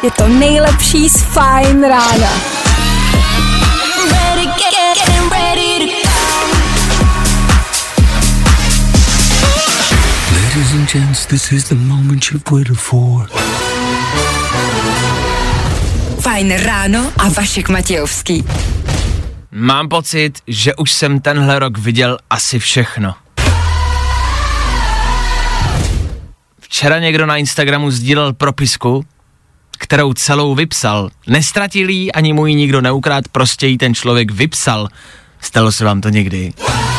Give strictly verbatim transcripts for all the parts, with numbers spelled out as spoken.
je to nejlepší z Fajn rána. Ladies and gents, this is the moment you've waited for. Fajn ráno a Vašek Matějovský. Mám pocit, že už jsem tenhle rok viděl asi všechno. Včera někdo na Instagramu sdílel propisku, kterou celou vypsal. Nestratil jí, ani mu ji nikdo neukrát, prostě jí ten člověk vypsal. Stalo se vám to někdy?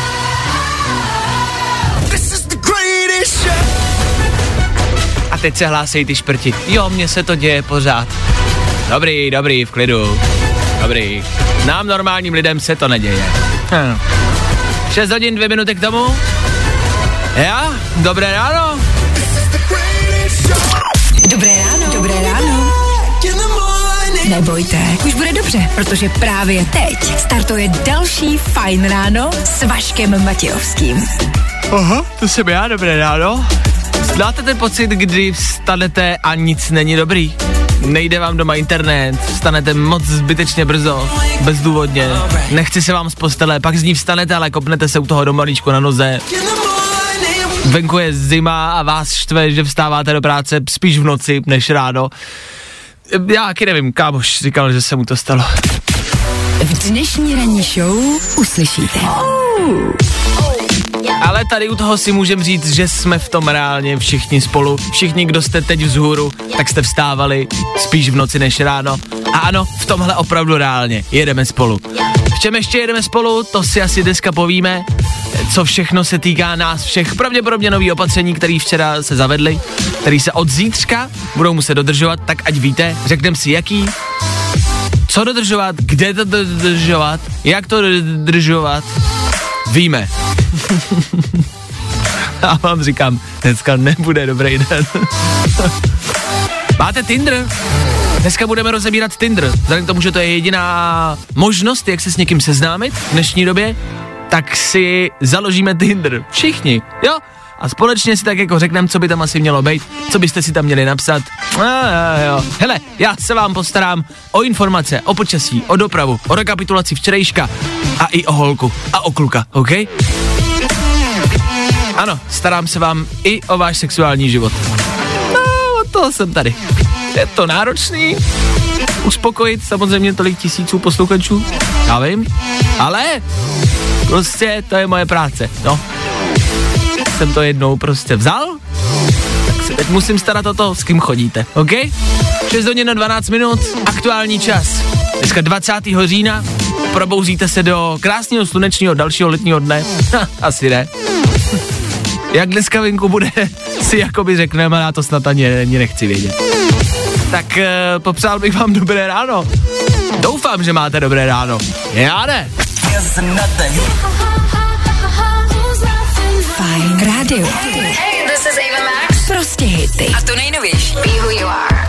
A teď se hlásej ty šprti. Jo, mně se to děje pořád. Dobrý, dobrý, v klidu. Dobrý. Nám normálním lidem se to neděje. Hm. šest hodin, dvě minuty k tomu. Já? Dobré ráno. Dobré ráno. Dobré ráno. Nebojte, už bude dobře, protože právě teď startuje další Fajn ráno s Vaškem Matějovským. Aha, to jsem já, dobré ráno. Znáte ten pocit, kdy vstanete a nic není dobrý? Nejde vám doma internet, vstanete moc zbytečně brzo, bezdůvodně, nechci se vám z postele, pak z ní vstanete, ale kopnete se u toho do malíčku na noze. Venku je zima a vás štve, že vstáváte do práce spíš v noci než ráno. Já taky nevím, kámoš říkal, že se mu to stalo. V dnešní ranní show uslyšíte. Ale tady u toho si můžem říct, že jsme v tom reálně všichni spolu. Všichni, kdo jste teď vzhůru, tak jste vstávali spíš v noci než ráno. A ano, v tomhle opravdu reálně jedeme spolu. V čem ještě jedeme spolu, to si asi dneska povíme, co všechno se týká nás všech. Pravděpodobně nový opatření, který včera se zavedly, který se od zítřka budou muset dodržovat, tak ať víte, řekneme si jaký, co dodržovat, kde to dodržovat, jak to dodržovat, víme. Já vám říkám, dneska nebude dobrý den. Máte Tinder? Dneska budeme rozebírat Tinder. Vzhledem k tomu, že to je jediná možnost, jak se s někým seznámit v dnešní době, tak si založíme Tinder. Všichni, jo? A společně si tak jako řekneme, co by tam asi mělo být, co byste si tam měli napsat. A, a, jo. Hele, já se vám postarám o informace, o počasí, o dopravu, o rekapitulaci včerejška a i o holku a o kluka, OK? Ano, starám se vám i o váš sexuální život. No, od toho jsem tady. Je to náročný, uspokojit samozřejmě tolik tisíců posluchačů, já vím, ale prostě to je moje práce, no. Jsem to jednou prostě vzal, tak se teď musím starat o to, s kým chodíte, OK? šest hodin na dvanáct minut, aktuální čas. Dneska dvacátého října, probouzíte se do krásného slunečního dalšího letního dne, ha, asi ne. Jak dneska venku bude, si jakoby řekneme, já to snad ani, ani nechci vědět. Tak e, popřál bych vám dobré ráno. Doufám, že máte dobré ráno. Já ne. Fajn rádio. Hey, this is Ava Max. Prostě hity. A to nejnovější. Be who you are.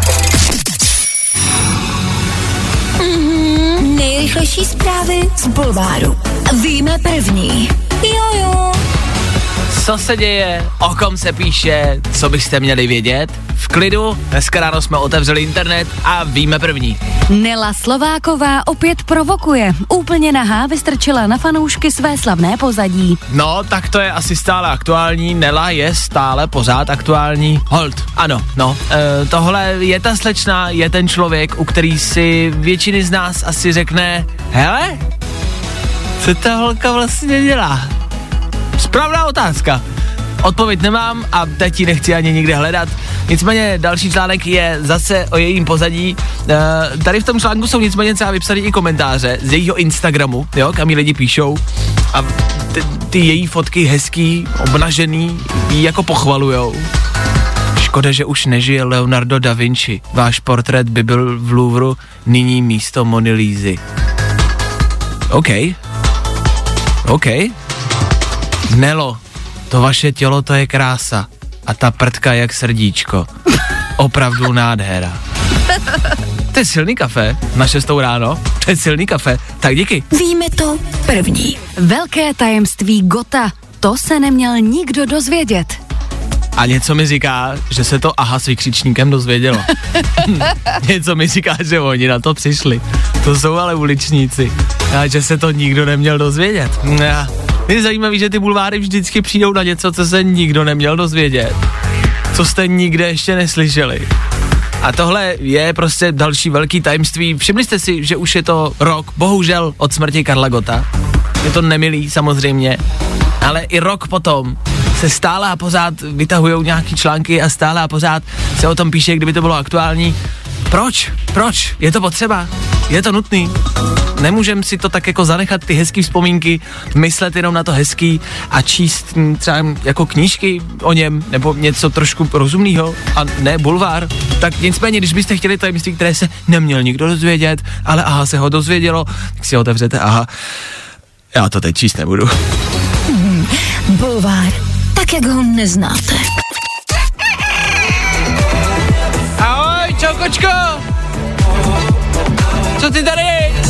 Mm-hmm. Nejrychlejší zprávy z bulváru. Víme první. Jojo. Co se děje, o kom se píše, co byste měli vědět? V klidu, dneska ráno jsme otevřeli internet a víme první. Nela Slováková opět provokuje. Úplně nahá vystrčila na fanoušky své slavné pozadí. No, tak to je asi stále aktuální, Nela je stále pořád aktuální. Hold, ano, no, e, tohle je ta slečna, je ten člověk, u který si většiny z nás asi řekne, hele, co ta holka vlastně dělá? Správná otázka. Odpověď nemám a teď ji nechci ani nikde hledat. Nicméně další článek je zase o jejím pozadí. E, tady v tom článku jsou nicméně třeba vypsané i komentáře z jejího Instagramu, jo, kam jí lidi píšou a ty, ty její fotky hezký, obnažený, jí jako pochvalujou. Škoda, že už nežije Leonardo da Vinci. Váš portrét by byl v Louvru nyní místo Mony Lízy. OK. OK. Nelo, to vaše tělo, to je krása. A ta prdka jak srdíčko. Opravdu nádhera. To je silný kafe na šestou ráno. To je silný kafe. Tak díky. Víme to první. Velké tajemství Gota. To se neměl nikdo dozvědět. A něco mi říká, že se to aha s vykřičníkem dozvědělo. Něco mi říká, že oni na to přišli. To jsou ale uličníci. A že se to nikdo neměl dozvědět. Je zajímavé, že ty bulváry vždycky přijdou na něco, co se nikdo neměl dozvědět. Co jste nikde ještě neslyšeli. A tohle je prostě další velký tajemství. Všimli jste si, že už je to rok, bohužel, od smrti Karla Gotta. Je to nemilý samozřejmě, ale i rok potom se stále a pořád vytahujou nějaký články a stále a pořád se o tom píše, kdyby to bylo aktuální. Proč? Proč? Je to potřeba? Je to nutný? Nemůžem si to tak jako zanechat ty hezký vzpomínky, myslet jenom na to hezký a číst třeba jako knížky o něm, nebo něco trošku rozumného a ne bulvár. Tak nicméně, když byste chtěli tajemství, které se neměl nikdo dozvědět, ale aha, se ho dozvědělo, tak si ho otevřete, aha, já to teď číst nebudu. Hmm, bulvár, tak jak ho neznáte. Ahoj, čau kočko! Co ty tady?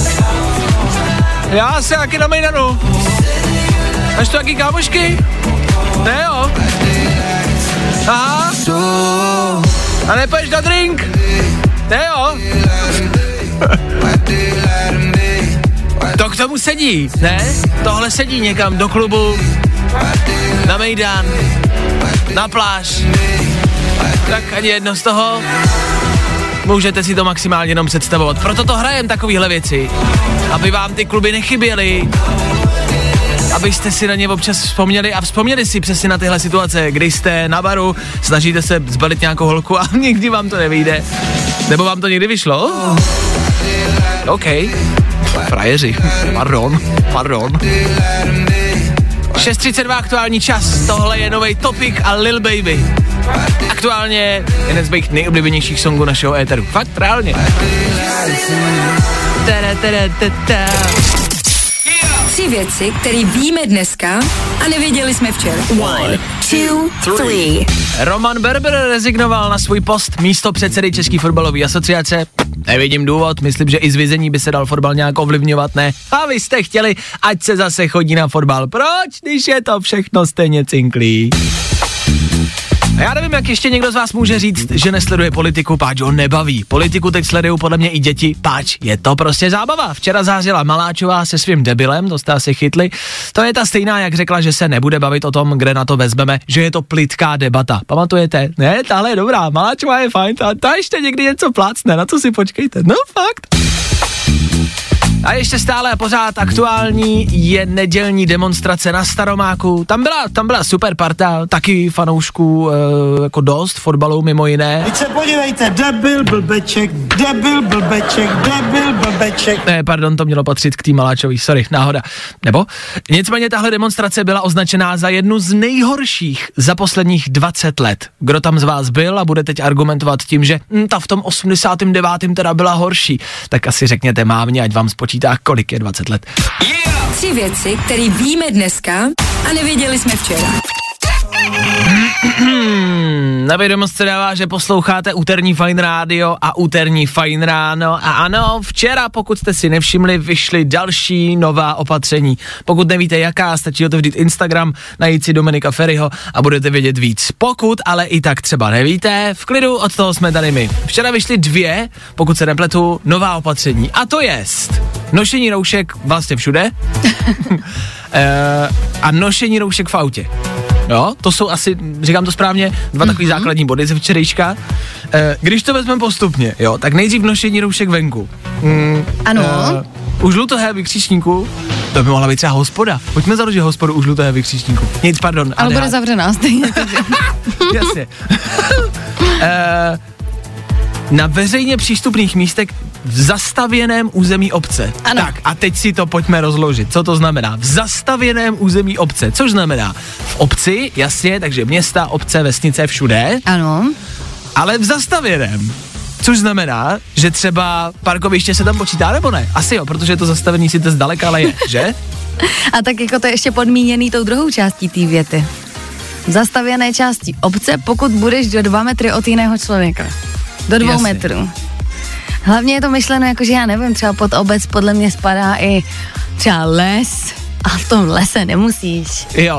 Já se taky na Mejdanu. Máš tu taky kámošky? Ne jo? Aha. A nepoješ na drink? Ne jo? To k tomu sedí, ne? Tohle sedí někam do klubu, na Mejdan, na pláž. Tak ani jedno z toho. Můžete si to maximálně jenom představovat. Proto to hrajem takovýhle věci. Aby vám ty kluby nechyběly. Abyste si na ně občas vzpomněli a vzpomněli si přesně na tyhle situace, kdy jste na baru, snažíte se zbalit nějakou holku a nikdy vám to nevyjde. Nebo vám to někdy vyšlo? OK. Frajeři. Pardon. Pardon. šest třicet dva aktuální čas. Tohle je novej Topik a Lil Baby. Aktuálně jeden z mých nejoblíbenějších songů našeho éteru. Fakt, reálně. Tři věci, které víme dneska a nevěděli jsme včera. One, two, three. Roman Berber rezignoval na svůj post místo předsedy České fotbalové asociace. Nevidím důvod, myslím, že i z vězení by se dal fotbal nějak ovlivňovat, ne? A vy jste chtěli, ať se zase chodí na fotbal. Proč, když je to všechno stejně cinklý? A já nevím, jak ještě někdo z vás může říct, že nesleduje politiku, páč ho nebaví. Politiku teď sledují podle mě i děti, páč, je to prostě zábava. Včera zářila Maláčová se svým debilem, to jste asi chytli. To je ta stejná, jak řekla, že se nebude bavit o tom, kde na to vezmeme, že je to plytká debata. Pamatujete? Ne, tahle je dobrá, Maláčová je fajn, ta, ta ještě někdy něco plácne, na to si počkejte, no fakt. A ještě stále a pořád aktuální je nedělní demonstrace na Staromáku. Tam byla, tam byla super parta, taky fanoušků e, jako dost, fotbalu mimo jiné. Teď se podívejte, debil, blbeček, debil, blbeček, debil, blbeček. Ne, pardon, to mělo patřit k tý Maláčový, sorry, náhoda. Nebo? Nicméně tahle demonstrace byla označená za jednu z nejhorších za posledních dvacet let. Kdo tam z vás byl a bude teď argumentovat tím, že hm, ta v tom osmdesátém devátém teda byla horší, tak asi řekněte mámě, ať vám spočítá, kolik je dvacet let. Yeah! Tři věci, které víme dneska a nevěděli jsme včera. Na vědomost se dává, že posloucháte úterní Fajn rádio a úterní Fajn ráno. A ano, včera, pokud jste si nevšimli, vyšly další nová opatření. Pokud nevíte jaká, stačí otevřít Instagram, najít si Dominika Feriho a budete vědět víc. Pokud ale i tak třeba nevíte, v klidu, od toho jsme tady my. Včera vyšly dvě, pokud se nepletu, nová opatření. A to jest nošení roušek vlastně všude e, a nošení roušek v autě. Jo, to jsou asi, říkám to správně, dva takový mm-hmm. základní body ze včerejška. E, když to vezmeme postupně, jo, tak nejdřív nošení roušek venku. Mm, ano. E, u žlutého vykřičníku, to by mohla být třeba hospoda. Pojďme založit hospodu u žlutého vykřičníku. Nic, pardon. Ale bude zavřená stejně. Jasně. e, na veřejně přístupných místech v zastavěném území obce. Ano. Tak a teď si to pojďme rozložit. Co to znamená? V zastavěném území obce. Což znamená v obci, jasně, takže města, obce, vesnice, všude. Ano. Ale v zastavěném. Což znamená, že třeba parkoviště se tam počítá, nebo ne? Asi jo, protože to zastavený si to zdaleka, ale je, že? A tak jako to je ještě podmíněný tou druhou částí té věty. V zastavěné části obce, pokud budeš do dva metry od jiného člověka. Do dvou Jasně. metrů. Hlavně je to myšleno jako, že já nevím, třeba pod obec podle mě spadá i třeba les a v tom lese nemusíš. Jo,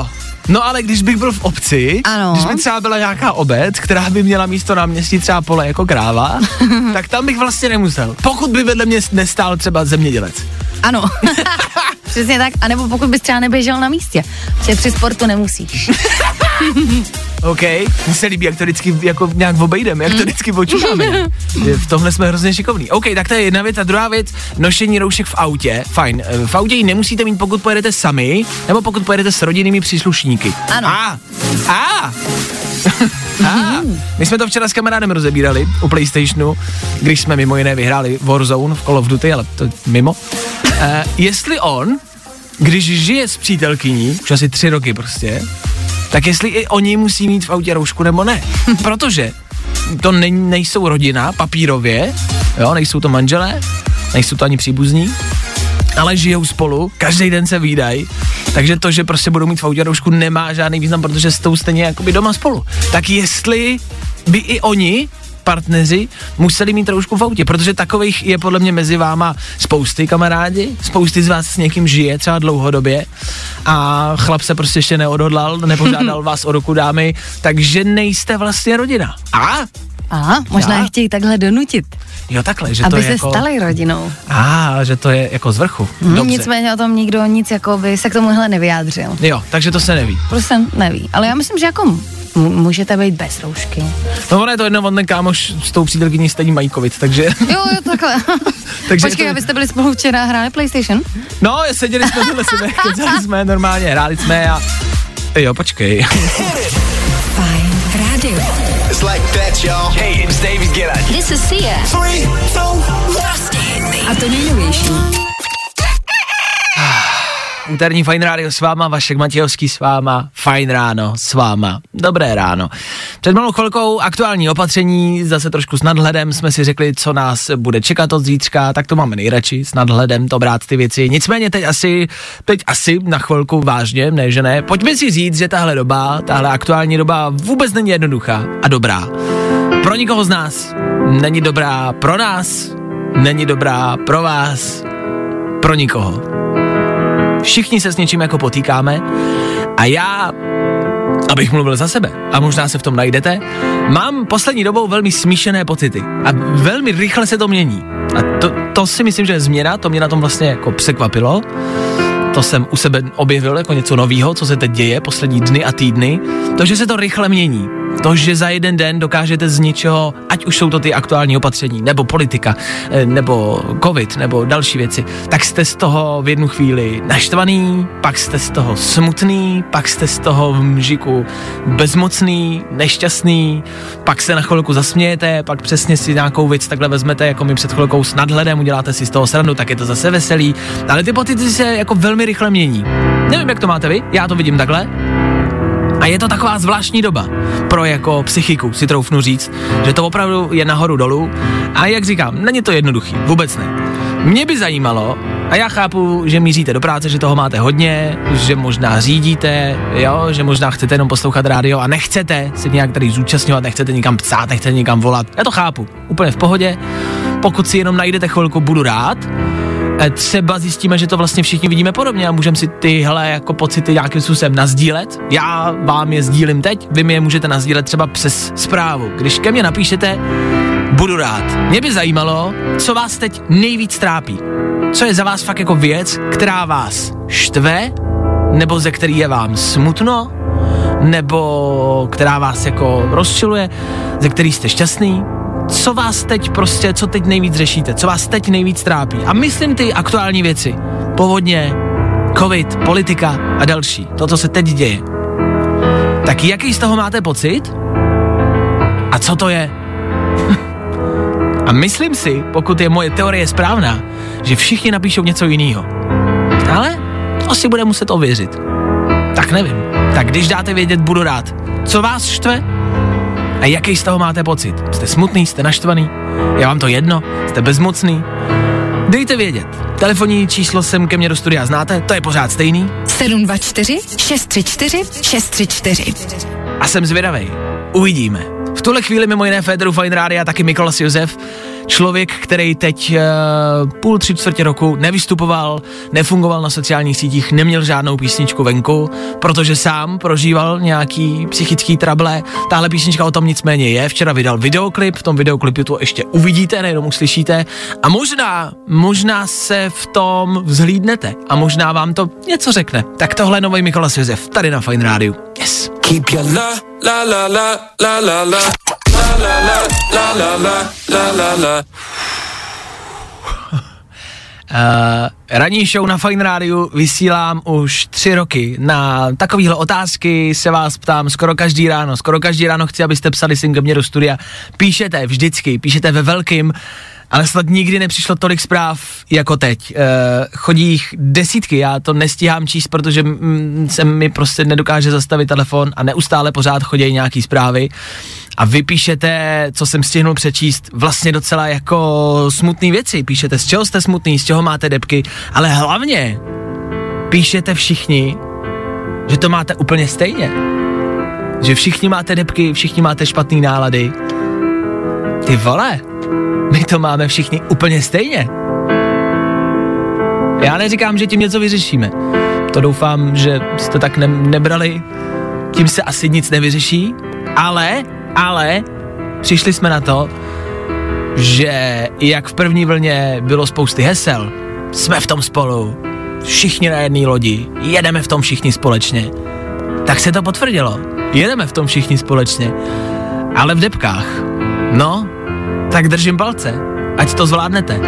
No ale když bych byl v obci, ano. když by třeba byla nějaká obec, která by měla místo náměstí třeba pole jako kráva, tak tam bych vlastně nemusel. Pokud by vedle mě nestál třeba zemědělec. Ano. Přesně tak, anebo pokud bys třeba neběžel na místě, že při sportu nemusíš. OK, mně se líbí, jak to vždycky jako nějak obejdeme, jak to vždycky počítáme. V tomhle jsme hrozně šikovní. OK, tak to je jedna věc. A druhá věc, nošení roušek v autě. Fajn. V autě ji nemusíte mít, pokud pojedete sami, nebo pokud pojedete s rodinnými příslušníky. Ano. A. A. A. My jsme to včera s kamarádem rozebírali u PlayStationu, když jsme mimo jiné vyhráli Warzone v Call of Duty, ale to mimo. Uh, jestli on, když žije s přítelkyní, už asi tři roky prostě, tak jestli i oni musí mít v autě roušku nebo ne. Protože to ne, nejsou rodina papírově, jo, nejsou to manželé, nejsou to ani příbuzní, ale žijou spolu, každý den se vídají, takže to, že prostě budou mít v autě roušku, nemá žádný význam, protože jsou stejně jakoby doma spolu. Tak jestli by i oni, partneři, museli mít roušku v autě, protože takových je podle mě mezi váma spousty kamarádi, spousty z vás s někým žije třeba dlouhodobě a chlap se prostě ještě neodhodlal, nepožádal vás o ruku dámy, takže nejste vlastně rodina. A? Aha, možná je chtějí takhle donutit. Jo, takhle, že aby to je se jako... stali rodinou. A, že to je jako z vrchu. Hmm, nicméně o tom nikdo nic jako by se k tomuhle nevyjádřil. Jo, takže to se neví. Prostě neví, ale já myslím, že jako m- můžete být bez roušky. No ono je to jedno, on ten kámoš s tou přítelkyní stejně mají covid, takže... Jo, jo, takhle. takže Počkej, to... abyste byli spolu včera a hráli PlayStation? No, seděli jsme tohle sebe, kecali jsme normálně, hráli jsme a... Jo, počkej. Fajn rádio. It's like that, y'all. Hey, it's David Guetta. This is Sia. Three, two, A to nejnovější. Úterní Fajn rádio s váma, Vašek Matějovský s váma, Fajn ráno s váma, dobré ráno. Před malou chvilkou aktuální opatření, zase trošku s nadhledem jsme si řekli, co nás bude čekat od zítřka, tak to máme nejradši, s nadhledem to brát ty věci. Nicméně teď asi, teď asi na chvilku vážně, ne že ne, pojďme si říct, že tahle doba, tahle aktuální doba vůbec není jednoduchá a dobrá. Pro nikoho z nás není dobrá, pro nás není dobrá, pro vás, pro nikoho. Všichni se s něčím jako potýkáme a já, abych mluvil za sebe, a možná se v tom najdete, mám poslední dobou velmi smíšené pocity a velmi rychle se to mění. A to, to si myslím, že je změna, to mě na tom vlastně jako překvapilo. To jsem u sebe objevil jako něco novýho, co se teď děje poslední dny a týdny. To, že se to rychle mění. To, že za jeden den dokážete z ničeho, ať už jsou to ty aktuální opatření, nebo politika, nebo covid, nebo další věci, tak jste z toho v jednu chvíli naštvaný, pak jste z toho smutný, pak jste z toho v mžiku bezmocný, nešťastný, pak se na chvilku zasmějete, pak přesně si nějakou věc takhle vezmete, jako mi před chvilkou s nadhledem, uděláte si z toho srandu, tak je to zase veselý, ale ty pocity se jako velmi rychle mění. Nevím, jak to máte vy, já to vidím takhle. A je to taková zvláštní doba pro jako psychiku, si troufnu říct, že to opravdu je nahoru dolů a jak říkám, není to jednoduchý, vůbec ne. Mě by zajímalo, a já chápu, že míříte do práce, že toho máte hodně, že možná řídíte, jo, že možná chcete jenom poslouchat rádio a nechcete se nějak tady zúčastňovat, nechcete nikam psát, nechcete nikam volat, já to chápu, úplně v pohodě, pokud si jenom najdete chvilku, budu rád. Třeba zjistíme, že to vlastně všichni vidíme podobně a můžeme si tyhle jako pocity nějakým způsobem nazdílet. Já vám je sdílím teď, vy mi je můžete nazdílet třeba přes zprávu. Když ke mně napíšete, budu rád. Mě by zajímalo, co vás teď nejvíc trápí. Co je za vás fakt jako věc, která vás štve, nebo ze který je vám smutno, nebo která vás jako rozčiluje, ze který jste šťastný. Co vás teď prostě, co teď nejvíc řešíte, co vás teď nejvíc trápí. A myslím ty aktuální věci. Povodně, covid, politika a další. To, co se teď děje. Tak jaký z toho máte pocit? A co to je? A myslím si, pokud je moje teorie správná, že všichni napíšou něco jiného. Ale to si bude muset ověřit. Tak nevím. Tak když dáte vědět, budu rád. Co vás štve? A jaký z toho máte pocit? Jste smutný, jste naštvaný? Je vám to jedno? Jste bezmocný? Dejte vědět. Telefonní číslo sem ke mně do studia znáte, to je pořád stejný. sedm dva čtyři šest tři čtyři šest tři čtyři. A jsem zvědavej. Uvidíme. V tuhle chvíli mimo jiné Féteru Fajn Rádia taky Mikolas Josef, člověk, který teď uh, půl, tři čtvrtě roku nevystupoval, nefungoval na sociálních sítích, neměl žádnou písničku venku, protože sám prožíval nějaký psychický trable. Tahle písnička o tom nicméně je. Včera vydal videoklip, v tom videoklipu to ještě uvidíte, nejenom uslyšíte. A možná, možná se v tom vzhlídnete a možná vám to něco řekne. Tak tohle nový Mikolas Josef, tady na Fajn Rádiu. Yes. Keep your la la la la la la la la la la la la la la. Uh, ranní show na Fajn Rádiu vysílám už tři roky. Na takovýhle otázky se vás ptám skoro každý ráno. Skoro každý ráno chci, abyste psali sem ke mně do studia. Píšete vždycky, píšete ve velkým, ale snad nikdy nepřišlo tolik zpráv jako teď. Uh, chodí jich desítky, já to nestíhám číst, protože mm, se mi prostě nedokáže zastavit telefon a neustále pořád chodí nějaký zprávy. A vy píšete, co jsem stihnul přečíst, vlastně docela jako smutný věci. Píšete, z čeho jste smutný, z čeho máte depky, ale hlavně píšete všichni, že to máte úplně stejně. Že všichni máte depky, všichni máte špatný nálady. Ty vole, my to máme všichni úplně stejně. Já neříkám, že tím něco vyřešíme. To doufám, že jste tak ne- nebrali. Tím se asi nic nevyřeší, ale... Ale přišli jsme na to, že jak v první vlně bylo spousty hesel, jsme v tom spolu, všichni na jedné lodi, jedeme v tom všichni společně, tak se to potvrdilo. Jedeme v tom všichni společně, ale v depkách. No, tak držím palce, ať to zvládnete.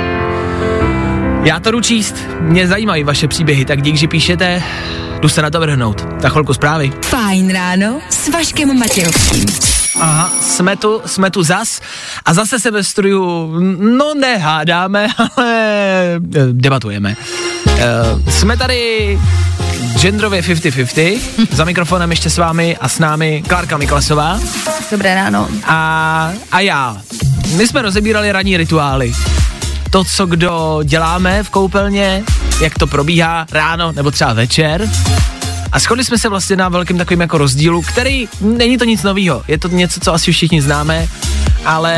Já to jdu číst, mě zajímají vaše příběhy, tak dík, že píšete, jdu se na to vrhnout. Za chvilku zprávy. Fajn ráno s Vaškem Matějovským. Aha, jsme tu, jsme tu zas a zase se ve studiu, no nehádáme, ale debatujeme. Uh, jsme tady genderově padesát padesát, za mikrofonem ještě s vámi a s námi Klárka Miklasová. Dobré ráno. A, a já. My jsme rozebírali ranní rituály. To, co kdo děláme v koupelně, jak to probíhá ráno nebo třeba večer. A shodli jsme se vlastně na velkým takovým jako rozdílu, který není to nic novýho. Je to něco, co asi všichni známe, ale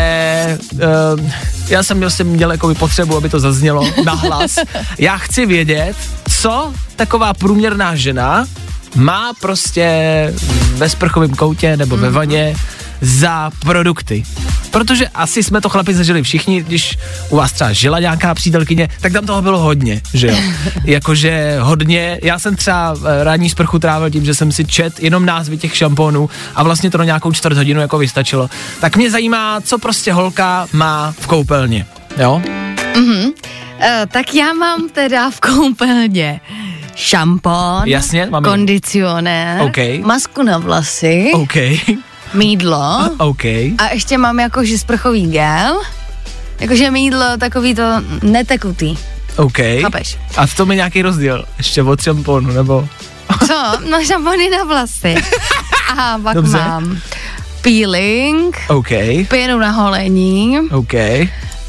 uh, já jsem vlastně měl jako potřebu, aby to zaznělo nahlas. Já chci vědět, co taková průměrná žena má prostě ve sprchovém koutě nebo ve vaně za produkty. Protože asi jsme to chlapi zažili všichni, když u vás třeba žila nějaká přítelkyně, tak tam toho bylo hodně, že jo. Jakože hodně, já jsem třeba ranní sprchu trávil tím, že jsem si čet jenom názvy těch šampónů a vlastně to na nějakou čtvrt hodinu jako vystačilo. Tak mě zajímá, co prostě holka má v koupelně, jo? Mhm. Uh, tak já mám teda v koupelně šampón, jasně, máme kondicionér, okay. masku na vlasy, okay. mýdlo okay. a ještě mám jakože sprchový gel, jakože mýdlo takový to netekutý. OK. Chápeš? A v tom je nějaký rozdíl, ještě od šampónu, nebo? Co? No šampony na vlasy. A pak dobře. mám peeling, okay. pěnu na holení, okay.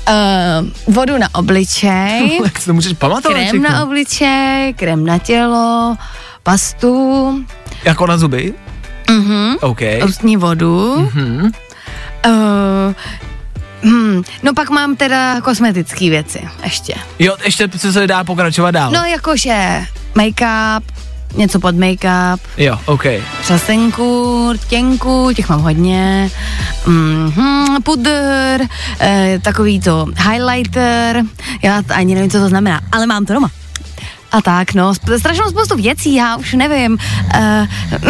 uh, vodu na obličej, jak si to můžeš pamatovat? krém všechno? na obličej, krém na tělo, pastu. Jako na zuby? Mhm. OK. Ústní vodu. Mhm. Uh, hmm. No pak mám teda kosmetické věci ještě. Jo, ještě se dá pokračovat dál. No jakože make-up, něco pod make-up. Jo, OK. Přasenku, rtěnku, těch mám hodně. Mm-hmm, pudr, eh, takový to highlighter. Já t- ani nevím, co to znamená, ale mám to doma. A tak, no, sp- strašnou spoustu věcí, já už nevím. Uh,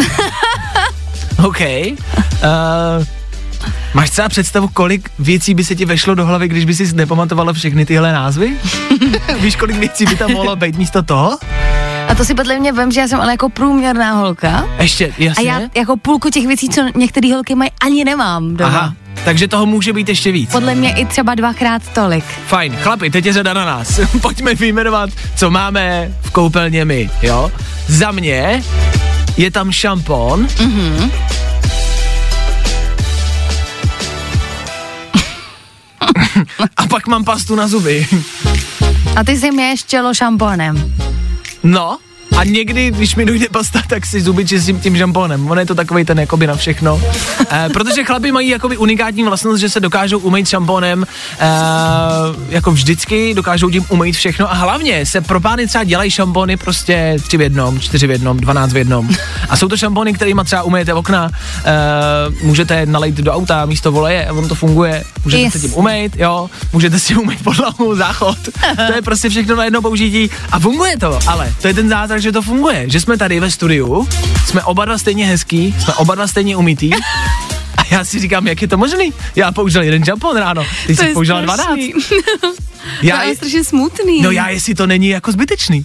OK. Uh, máš třeba představu, kolik věcí by se ti vešlo do hlavy, když by si nepamatovala všechny tyhle názvy? Víš, kolik věcí by tam mohlo být místo toho? A to si podle mě vem, že já jsem ale jako průměrná holka. Ještě, jasně. A já jako půlku těch věcí, co některé holky mají, ani nemám doma. Aha, takže toho může být ještě víc. Podle mě i třeba dvakrát tolik. Fajn, chlapi, teď je řada na nás. Pojďme vyjmenovat, co máme v koupelně my, jo? Za mě je tam šampon. Mhm. A pak mám pastu na zuby. A ty si měješ čelo šampónem. No, A někdy, když mi dojde pasta, tak si zuby čistím tím šampónem. On je to takovej ten jakoby na všechno. E, protože chlapi mají jakoby unikátní vlastnost, že se dokážou umýt šampónem e, jako vždycky, dokážou tím umýt všechno a hlavně se pro pány třeba dělají šampóny prostě tři v jednom, čtyři v jednom, dvanáct v jednom. A jsou to šampóny, kterýma třeba umyjete okna, e, můžete nalejt do auta místo voleje a on to funguje. Můžete yes. se tím umýt, jo, můžete si umýt podlahu, záchod. To je prostě všechno na jedno použití a funguje to, ale to je ten zázrak, že to funguje, že jsme tady ve studiu, jsme oba dva stejně hezký, jsme oba dva stejně umytý a já si říkám, jak je to možný? Já použil jeden šampon ráno, ty jsi použila dvanáct. Já je strašně smutný. No já, jestli to není jako zbytečný.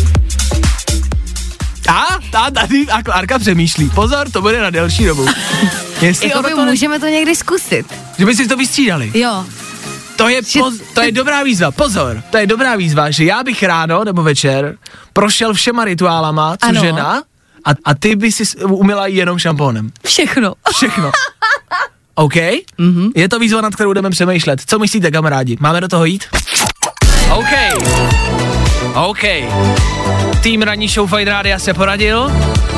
A, a tady a Klárka přemýšlí, pozor, to bude na delší dobu. Jestli jako to můžeme to někdy zkusit. Že by si to vystřídali. Jo. To je, poz, to je dobrá výzva, pozor, to je dobrá výzva, že já bych ráno nebo večer prošel všema rituálama, co ano. žena, a, a ty by si umyla jenom šampónem. Všechno. Všechno. OK? Mm-hmm. Je to výzva, nad kterou jdeme přemýšlet. Co myslíte, kamarádi? Máme do toho jít? OK. OK. Tým ranní show Fajn Rádia se poradil.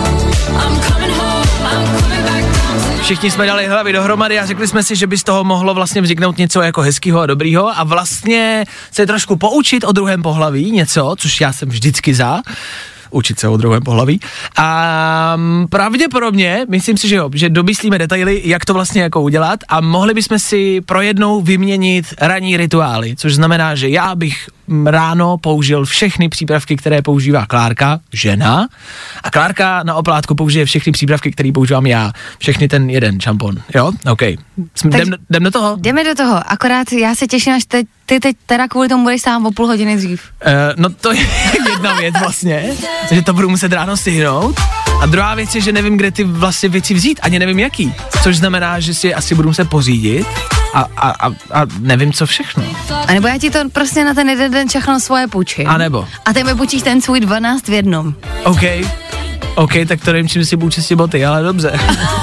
Všichni jsme dali hlavy dohromady a řekli jsme si, že by z toho mohlo vlastně vzniknout něco jako hezkýho a dobrýho a vlastně se trošku poučit o druhém pohlaví, něco, což já jsem vždycky za, učit se o druhém pohlaví. A pravděpodobně, myslím si, že jo, že domyslíme detaily, jak to vlastně jako udělat a mohli bychom si pro jednou vyměnit ranní rituály, což znamená, že já bych ráno použil všechny přípravky, které používá Klárka, žena, a Klárka na oplátku použije všechny přípravky, které používám já, všechny ten jeden šampon, jo? OK. Jdem, jdem do toho? Jdeme do toho, akorát já se těším, až te, ty teď teda kvůli tomu budeš sám o půl hodiny dřív. Uh, no to je jedna věc vlastně, že to budu muset ráno stihnout. A druhá věc je, že nevím, kde ty vlastně věci vzít, ani nevím jaký, což znamená, že si asi budu muset pořídit a, a, a, a nevím, co všechno. A nebo já ti to prostě na ten jeden den čachnu svoje půjčím. A nebo? A ty mi půjčíš ten svůj dvanáct v jednom. OK, OK, tak to nevím, čím si budu čistit boty, ale dobře.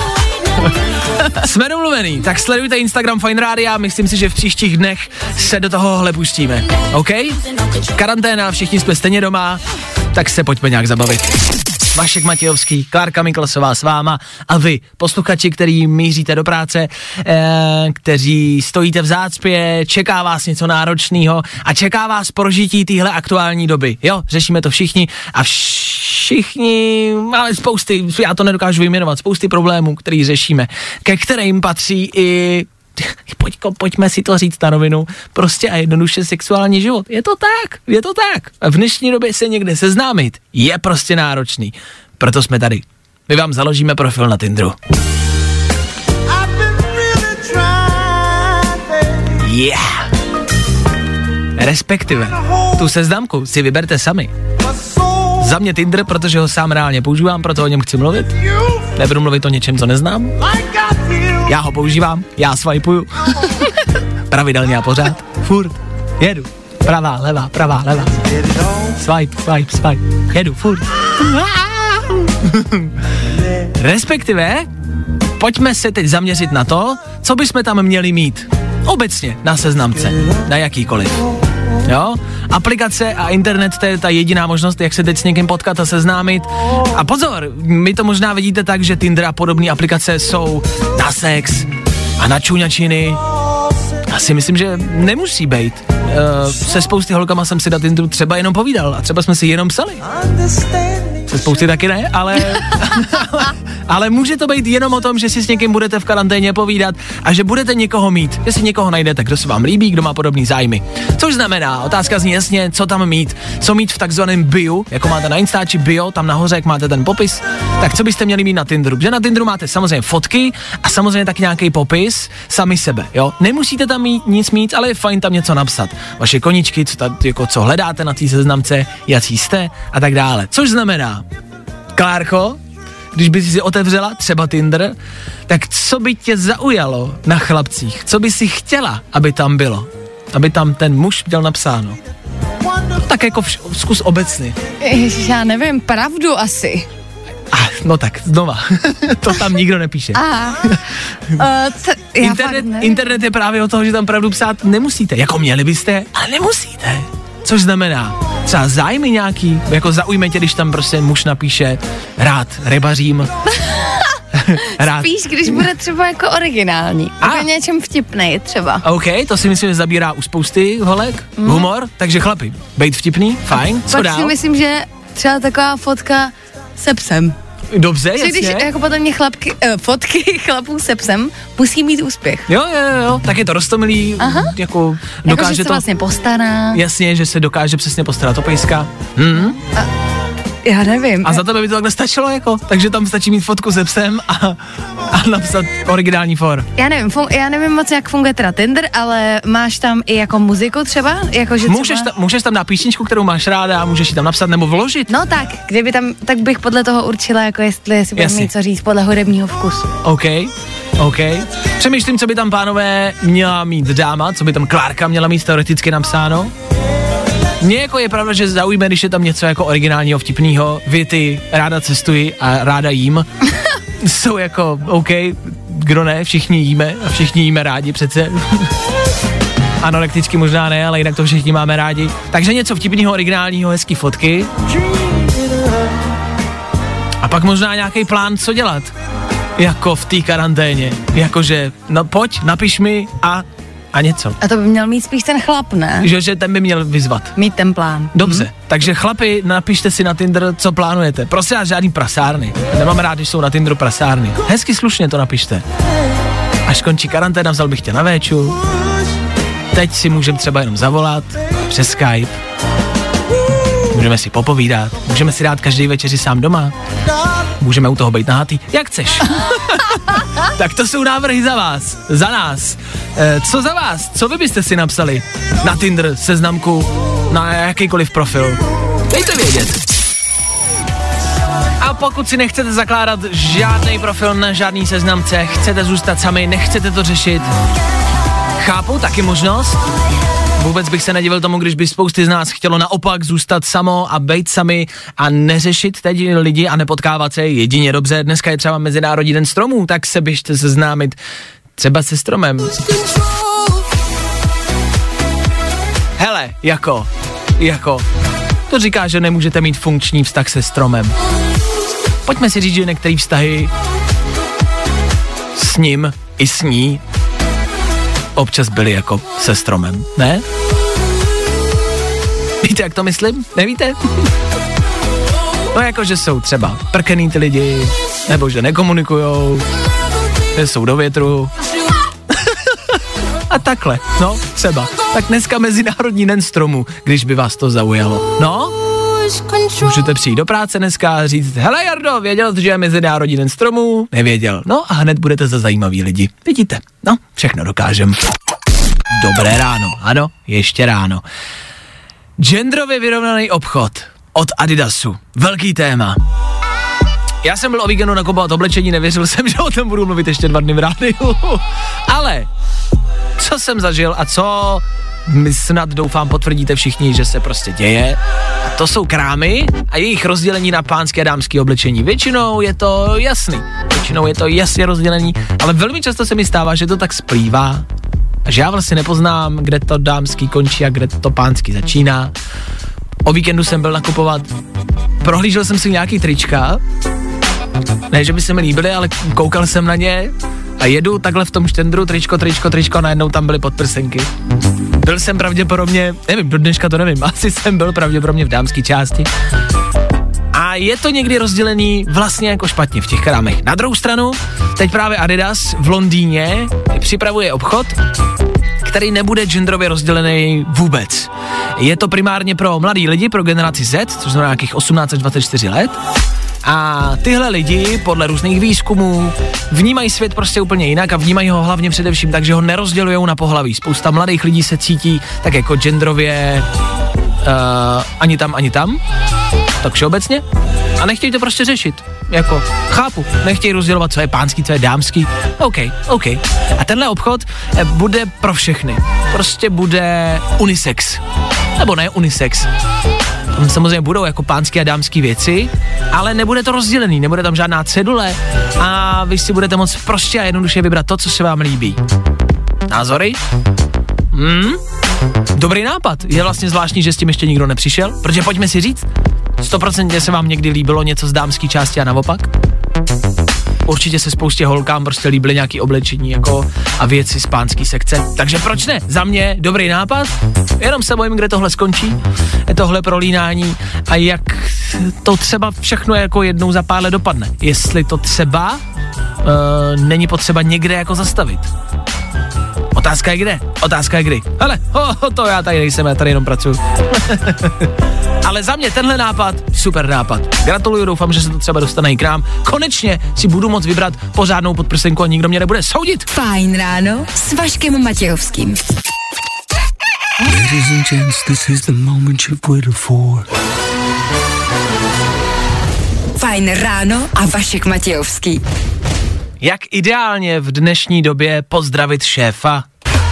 Jsme domluvený, tak sledujte Instagram Fajn Rádia, myslím si, že v příštích dnech se do tohohle pustíme. OK? Karanténa, všichni jsme stejně doma, tak se pojďme nějak zabavit. Vašek Matějovský, Klárka Miklasová s váma a vy, posluchači, který míříte do práce, eh, kteří stojíte v zácpě, čeká vás něco náročného a čeká vás prožití téhle aktuální doby. Jo, řešíme to všichni a všichni, ale spousty, já to nedokážu vyjmenovat, spousty problémů, který řešíme, ke kterým patří i Pojď, pojďme si to říct na rovinu, prostě a jednoduše sexuální život. Je to tak, je to tak. A v dnešní době se někde seznámit je prostě náročný. Proto jsme tady. My vám založíme profil na Tinderu. Yeah. Respektive, tu seznamku si vyberte sami. Za mě Tinder, protože ho sám reálně používám, proto o něm chci mluvit. Nebudu mluvit o něčem, co neznám. Já ho používám, já swipuju. Pravidelně a pořád. Furt. Jedu. Pravá, levá, pravá, levá. Swipe, swipe, swipe. Jedu, furt. Respektive, pojďme se teď zaměřit na to, co bychom tam měli mít. Obecně na seznamce. Na jakýkoliv. Jo? Aplikace a internet, to je ta jediná možnost, jak se teď s někým potkat a seznámit. A pozor, my to možná vidíte tak, že Tinder a podobné aplikace jsou na sex a na čuňačiny. Asi myslím, že nemusí být. Uh, se spousty holkama jsem si na Tinderu třeba jenom povídal a třeba jsme si jenom psali. Se spousty taky ne, ale, ale může to být jenom o tom, že si s někým budete v karanténě povídat a že budete někoho mít, že si někoho najdete, kdo se vám líbí, kdo má podobný zájmy. Což znamená, otázka zní jasně, co tam mít, co mít v takzvaném bio, jako máte na Instači bio, tam nahoře, jak máte ten popis, tak co byste měli mít na Tinderu, že na Tinderu máte samozřejmě fotky a samozřejmě tak nějaký popis sami sebe, jo. Nemusíte tam mít nic mít, ale je fajn tam něco napsat. Vaše koníčky, co, ta, jako, co hledáte na té seznamce, jací jste a tak dále. Což znamená, Klárko, když by si otevřela třeba Tinder, tak co by tě zaujalo na chlapcích? Co by si chtěla, aby tam bylo? Aby tam ten muž měl napsáno. Tak jako vš- zkus obecně. Ježiš, já nevím, pravdu asi. Ah, no tak, znova. To tam nikdo nepíše. Aha. uh, t- internet, internet je právě o toho, že tam pravdu psát nemusíte. Jako měli byste, ale nemusíte. Což znamená, třeba zájmy nějaký, jako zaujme tě, když tam prostě muž napíše rád rybařím. Rád. Spíš, když bude třeba jako originální. A jako něčem vtipnej třeba. OK, to si myslím, že zabírá u spousty holek. Mm. Humor, takže chlapi, bejt vtipný, fajn, co Pak dál? si myslím, že třeba taková fotka se psem. Dobře, jasně. Když jako potom mě chlapky, eh, fotky chlapů se psem musí mít úspěch. Jo, jo, jo, tak je to roztomilý, Aha. jako Jako, dokáže že se to... vlastně postará. Jasně, že se dokáže přesně postarat o pejska. Mhm. Já nevím. A za tebe by to takhle stačilo, jako? Takže tam stačí mít fotku se psem a, a napsat originální for. Já nevím, fun- já nevím moc, jak funguje teda Tinder, ale máš tam i jako muziku třeba? Jako, že Můžeš, třeba... ta, můžeš tam dát písničku, kterou máš ráda a můžeš ji tam napsat nebo vložit. No tak, kdyby tam, tak bych podle toho určila, jako jestli si budeme mít co říct podle hudebního vkusu. OK, OK. Přemýšlím, co by tam, pánové, měla mít dáma, co by tam Klárka měla mít teoreticky napsáno. Mně jako je pravda, že zaujíme, když je tam něco jako originálního, vtipného, věty, ráda cestuji a ráda jím. Jsou jako, OK, kdo ne, všichni jíme a všichni jíme rádi přece. Anorekticky možná ne, ale jinak to všichni máme rádi. Takže něco vtipného, originálního, hezký fotky. A pak možná nějaký plán, co dělat. Jako v té karanténě. Jakože, no pojď, napiš mi a... A něco. A to by měl mít spíš ten chlap, ne? Že, že ten by měl vyzvat. Mít ten plán. Dobře, hmm. takže chlapi, napište si na Tinder, co plánujete. Prosím vás, žádný prasárny. Nemám rád, když jsou na Tinderu prasárny. Hezky slušně to napište. Až skončí karanténa, vzal bych tě na véču. Teď si můžeme třeba jenom zavolat přes Skype. Můžeme si popovídat. Můžeme si dát každý večeři sám doma. Můžeme u toho být nahatý. Jak chceš. Tak to jsou návrhy za vás, za nás. E, co za vás? Co vy byste si napsali na Tinder, seznamku, na jakýkoliv profil? Dejte vědět. A pokud si nechcete zakládat žádný profil na žádný seznamce, chcete zůstat sami, nechcete to řešit, chápu, taky možnost. Vůbec bych se nedivil tomu, když by spousty z nás chtělo naopak zůstat samo a bejt sami a neřešit teď lidi a nepotkávat se jedině dobře. Dneska je třeba Mezinárodní den stromů, tak se běžte seznámit třeba se stromem. Hele, jako, jako, to říká, že nemůžete mít funkční vztah se stromem. Pojďme si říct, že některé vztahy s ním i s ní občas byli jako se stromem, ne? Víte, jak to myslím? Nevíte? No jako, že jsou třeba prkený ty lidi, nebo že nekomunikujou, že jsou do větru. A takhle, no, třeba. Tak dneska Mezinárodní den stromu, když by vás to zaujalo. No? Můžete přijít do práce dneska a říct, hele Jardo, věděl jsi, že je Mezinárodní den stromů? Nevěděl. No a hned budete za zajímavý lidi. Vidíte? No, všechno dokážem. Dobré ráno, ano, ještě ráno. Genderově vyrovnaný obchod od Adidasu. Velký téma. Já jsem byl o víkendu nakupovat oblečení, nevěřil jsem, že o tom budu mluvit ještě dva dny v rádiu. Ale co jsem zažil a co my snad doufám potvrdíte všichni, že se prostě děje. A to jsou krámy a jejich rozdělení na pánské a dámské oblečení. Většinou je to jasný, většinou je to jasně rozdělení, ale velmi často se mi stává, že to tak splývá, že já vlastně nepoznám, kde to dámský končí a kde to pánský začíná. O víkendu jsem byl nakupovat, prohlížel jsem si nějaký trička, ne, že by se mi líbily, ale koukal jsem na ně a jedu takhle v tom štendru, tričko, tričko, tričko a najednou tam byly podprsenky. Byl jsem pravděpodobně, nevím, do dneška to nevím, asi jsem byl pravděpodobně v dámské části. A je to někdy rozdělený vlastně jako špatně v těch krámech. Na druhou stranu, teď právě Adidas v Londýně připravuje obchod, který nebude genderově rozdělený vůbec. Je to primárně pro mladý lidi, pro generaci Z, což znamená nějakých osmnáct až dvacet čtyři let. A tyhle lidi podle různých výzkumů vnímají svět prostě úplně jinak a vnímají ho hlavně především tak, že ho nerozdělujou na pohlaví. Spousta mladých lidí se cítí tak jako genderově uh, ani tam, ani tam, tak všeobecně a nechtějí to prostě řešit. Jako, chápu, nechtějí rozdělovat, co je pánský, co je dámský. OK, OK. A tenhle obchod bude pro všechny. Prostě bude unisex. Nebo ne unisex. Tam samozřejmě budou jako pánský a dámský věci, ale nebude to rozdělený, nebude tam žádná cedule a vy si budete moct prostě a jednoduše vybrat to, co se vám líbí. Názory? Hmm? Dobrý nápad. Je vlastně zvláštní, že s tím ještě nikdo nepřišel, protože pojďme si říct, stoprocentně se vám někdy líbilo něco z dámský části a naopak? Určitě se spoustě holkám prostě líbily nějaký oblečení jako a věci z pánský sekce. Takže proč ne? Za mě dobrý nápad, jenom se bojím, kde tohle skončí, je tohle prolínání a jak to třeba všechno jako jednou za pár let dopadne. Jestli to třeba uh, není potřeba někde jako zastavit. Otázka je kde? Otázka je kdy? Hele, ho, to já tady nejsem, já tady jenom pracuji. Ale za mě tenhle nápad, super nápad. Gratuluju, doufám, že se to třeba dostane i k nám. Konečně si budu moct vybrat pořádnou podprsenku a nikdo mě nebude soudit. Fajn ráno s Vaškem Matějovským. Ladies and gents, this is the moment you've waited for. Fajn ráno a Vašek Matějovský. Jak ideálně v dnešní době pozdravit šéfa?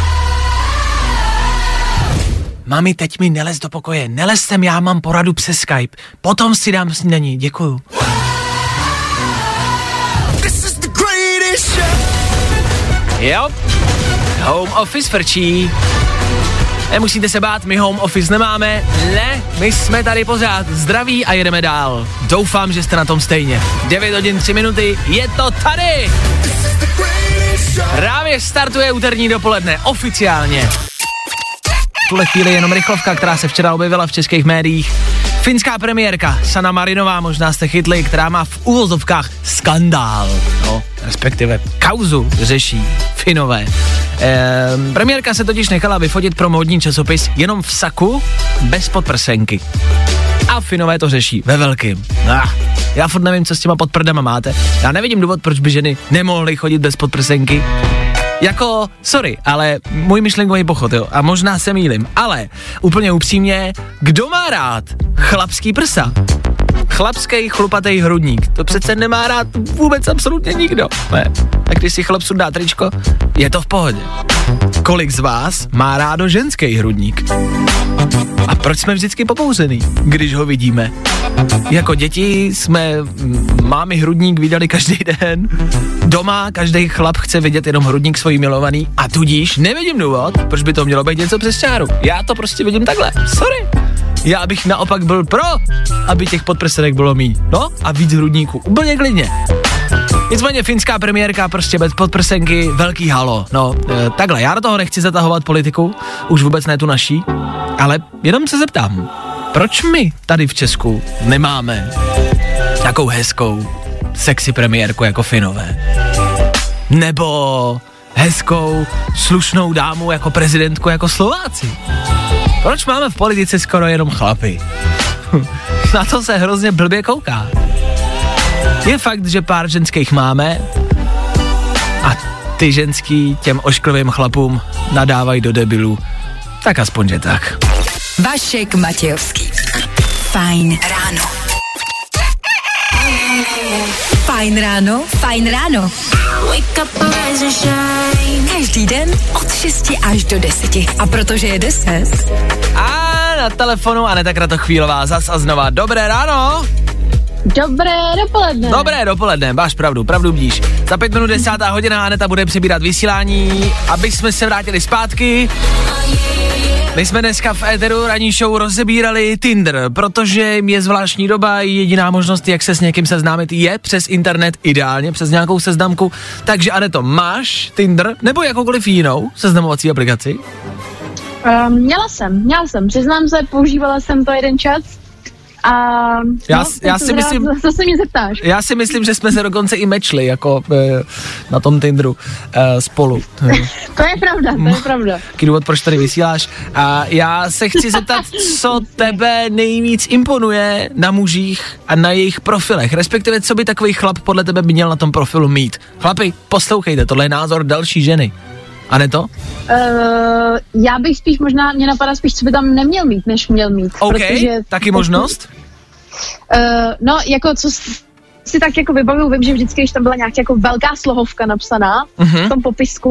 Mami, teď mi nelez do pokoje, nelez sem, já mám poradu přes Skype, potom si dám snídaní, děkuju. Jo, home office frčí. Nemusíte se bát, my home office nemáme, ne, my jsme tady pořád zdraví a jedeme dál. Doufám, že jste na tom stejně. devět hodin tři minuty, je to tady! Právě startuje úterní dopoledne, oficiálně. V tuhle chvíli jenom rychlovka, která se včera objevila v českých médiích. Finská premiérka Sanna Marinová, možná jste chytli, která má v uvozovkách skandál, no, respektive kauzu řeší Finové. Ehm, premiérka se totiž nechala vyfotit pro módní časopis jenom v saku, bez podprsenky. A Finové to řeší ve velkým. Ah, já furt nevím, co s těma podprdama máte. Já nevidím důvod, proč by ženy nemohly chodit bez podprsenky. Jako, sorry, ale můj myšlenkový pochod, jo, a možná se mýlim, ale úplně upřímně, kdo má rád chlapský prsa? Chlapský chlupatý hrudník, to přece nemá rád vůbec absolutně nikdo. Ne. A když si chlap sundá tričko, je to v pohodě. Kolik z vás má rádo ženský hrudník? A proč jsme vždycky popouzený, když ho vidíme? Jako děti jsme mámy hrudník viděli každý den. Doma každý chlap chce vidět jenom hrudník svojí milovaný a tudíž nevidím důvod, proč by to mělo být něco přes čáru. Já to prostě vidím takhle. Sorry. Já bych naopak byl pro, aby těch podprsenek bylo míň. No a víc hrudníků. Úplně klidně. Nicméně finská premiérka prostě bez podprsenky, velký halo. No, e, takhle, já do toho nechci zatahovat politiku, už vůbec ne tu naší, ale jenom se zeptám, proč my tady v Česku nemáme takovou hezkou, sexy premiérku jako Finové? Nebo hezkou, slušnou dámu jako prezidentku jako Slováci? Proč máme v politice skoro jenom chlapy? Na to se hrozně blbě kouká. Je fakt, že pár ženských máme a ty ženský těm ošklivým chlapům nadávají do debilů. Tak aspoň, že tak. Vašek Matějovský. Fajn ráno. Fajn ráno, fajn ráno. Každý den od šesti až do deseti. A protože je deset. A na telefonu Aneta Kratochvílová zas a znova. Dobré ráno. Dobré dopoledne. Dobré dopoledne, máš pravdu, pravdu bdíš. Za pět minut desátá hodina Aneta bude přebírat vysílání, aby jsme se vrátili zpátky. My jsme dneska v éteru ranní show rozebírali Tinder, protože je zvláštní doba, jediná možnost, jak se s někým seznámit, je přes internet, ideálně přes nějakou seznamku. Takže Aneto, máš Tinder nebo jakoukoliv jinou seznamovací aplikaci? Um, měla jsem, měla jsem, přiznám se, používala jsem to jeden čas. A já, no, já si myslím, co se mě zeptáš? Já si myslím, že jsme se dokonce i mečli, jako e, na tom Tinderu e, spolu. To je pravda, to je pravda. Jaký důvod, proč tady vysíláš? A já se chci zeptat, co tebe nejvíc imponuje na mužích a na jejich profilech, respektive co by takový chlap podle tebe by měl na tom profilu mít. Chlapi, poslouchejte, tohle je názor další ženy. A ne to? Uh, já bych spíš možná, mě napadá spíš, co by tam neměl mít, než měl mít. OK, protože, taky možnost? Uh, no, jako co si tak jako vybavuju, vím, že vždycky, když tam byla nějaká jako velká slohovka napsaná uh-huh. v tom popisku,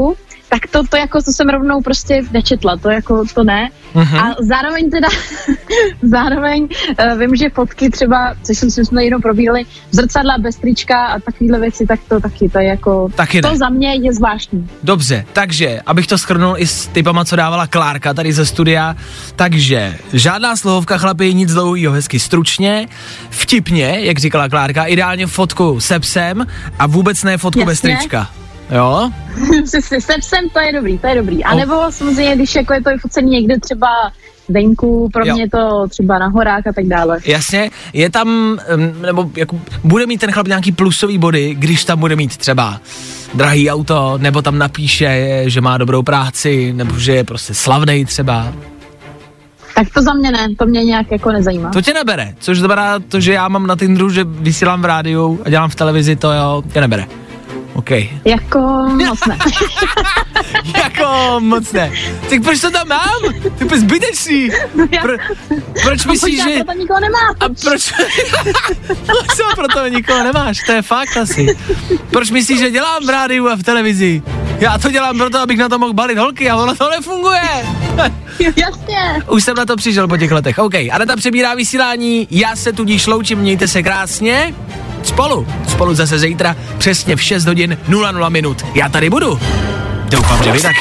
tak to, to jako, to jsem rovnou prostě nečetla, to jako, to ne. Mm-hmm. A zároveň teda, zároveň uh, vím, že fotky třeba, což jsem si jsme jenom probírali, zrcadla bez trička a takovýhle věci, tak to taky, to je jako, taky to za mě je zvláštní. Dobře, takže, abych to shrnul i s typama, co dávala Klárka tady ze studia, takže žádná slohovka, chlapi, nic dlouhýho, hezky stručně, vtipně, jak říkala Klárka, ideálně fotku se psem a vůbec ne fotku Jasně. bez trička. Jo? Se psem to je dobrý, to je dobrý. A nebo samozřejmě, když jako je to focený někde třeba venku, pro mě jo. to třeba na horách a tak dále. Jasně, je tam, nebo jako, bude mít ten chlap nějaký plusový body, když tam bude mít třeba drahý auto, nebo tam napíše, že má dobrou práci, nebo že je prostě slavnej třeba. Tak to za mě ne, to mě nějak jako nezajímá. To tě nebere, což znamená to, že já mám na Tinderu, že vysílám v rádiu a dělám v televizi, to jo, tě nebere. Okay. Jako moc ne. Jako moc ne. Tak proč to tam mám? Ty jsi zbytečný. Pro, proč myslíš, že... proto nikoho nemáš. A proč... Co proto nikoho nemáš? To je fakt asi. Proč myslíš, že dělám v rádiu a v televizi? Já to dělám proto, abych na to mohl balit holky a ono to nefunguje. Jasně. Už jsem na to přišel po těch letech. OK, Aneta přebírá vysílání, já se tudíž loučím, mějte se krásně. Spolu, spolu zase zítra, přesně v šest hodin nula nula minut. Já tady budu. Doufám, že vy taky.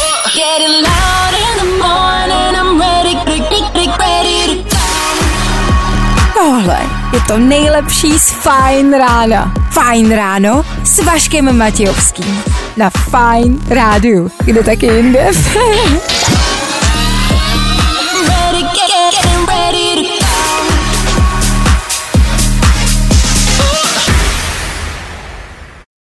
Tohle je to nejlepší z Fajn rána. Fajn ráno s Vaškem Matějovským. Na Fajn rádiu. Kde taky jinde?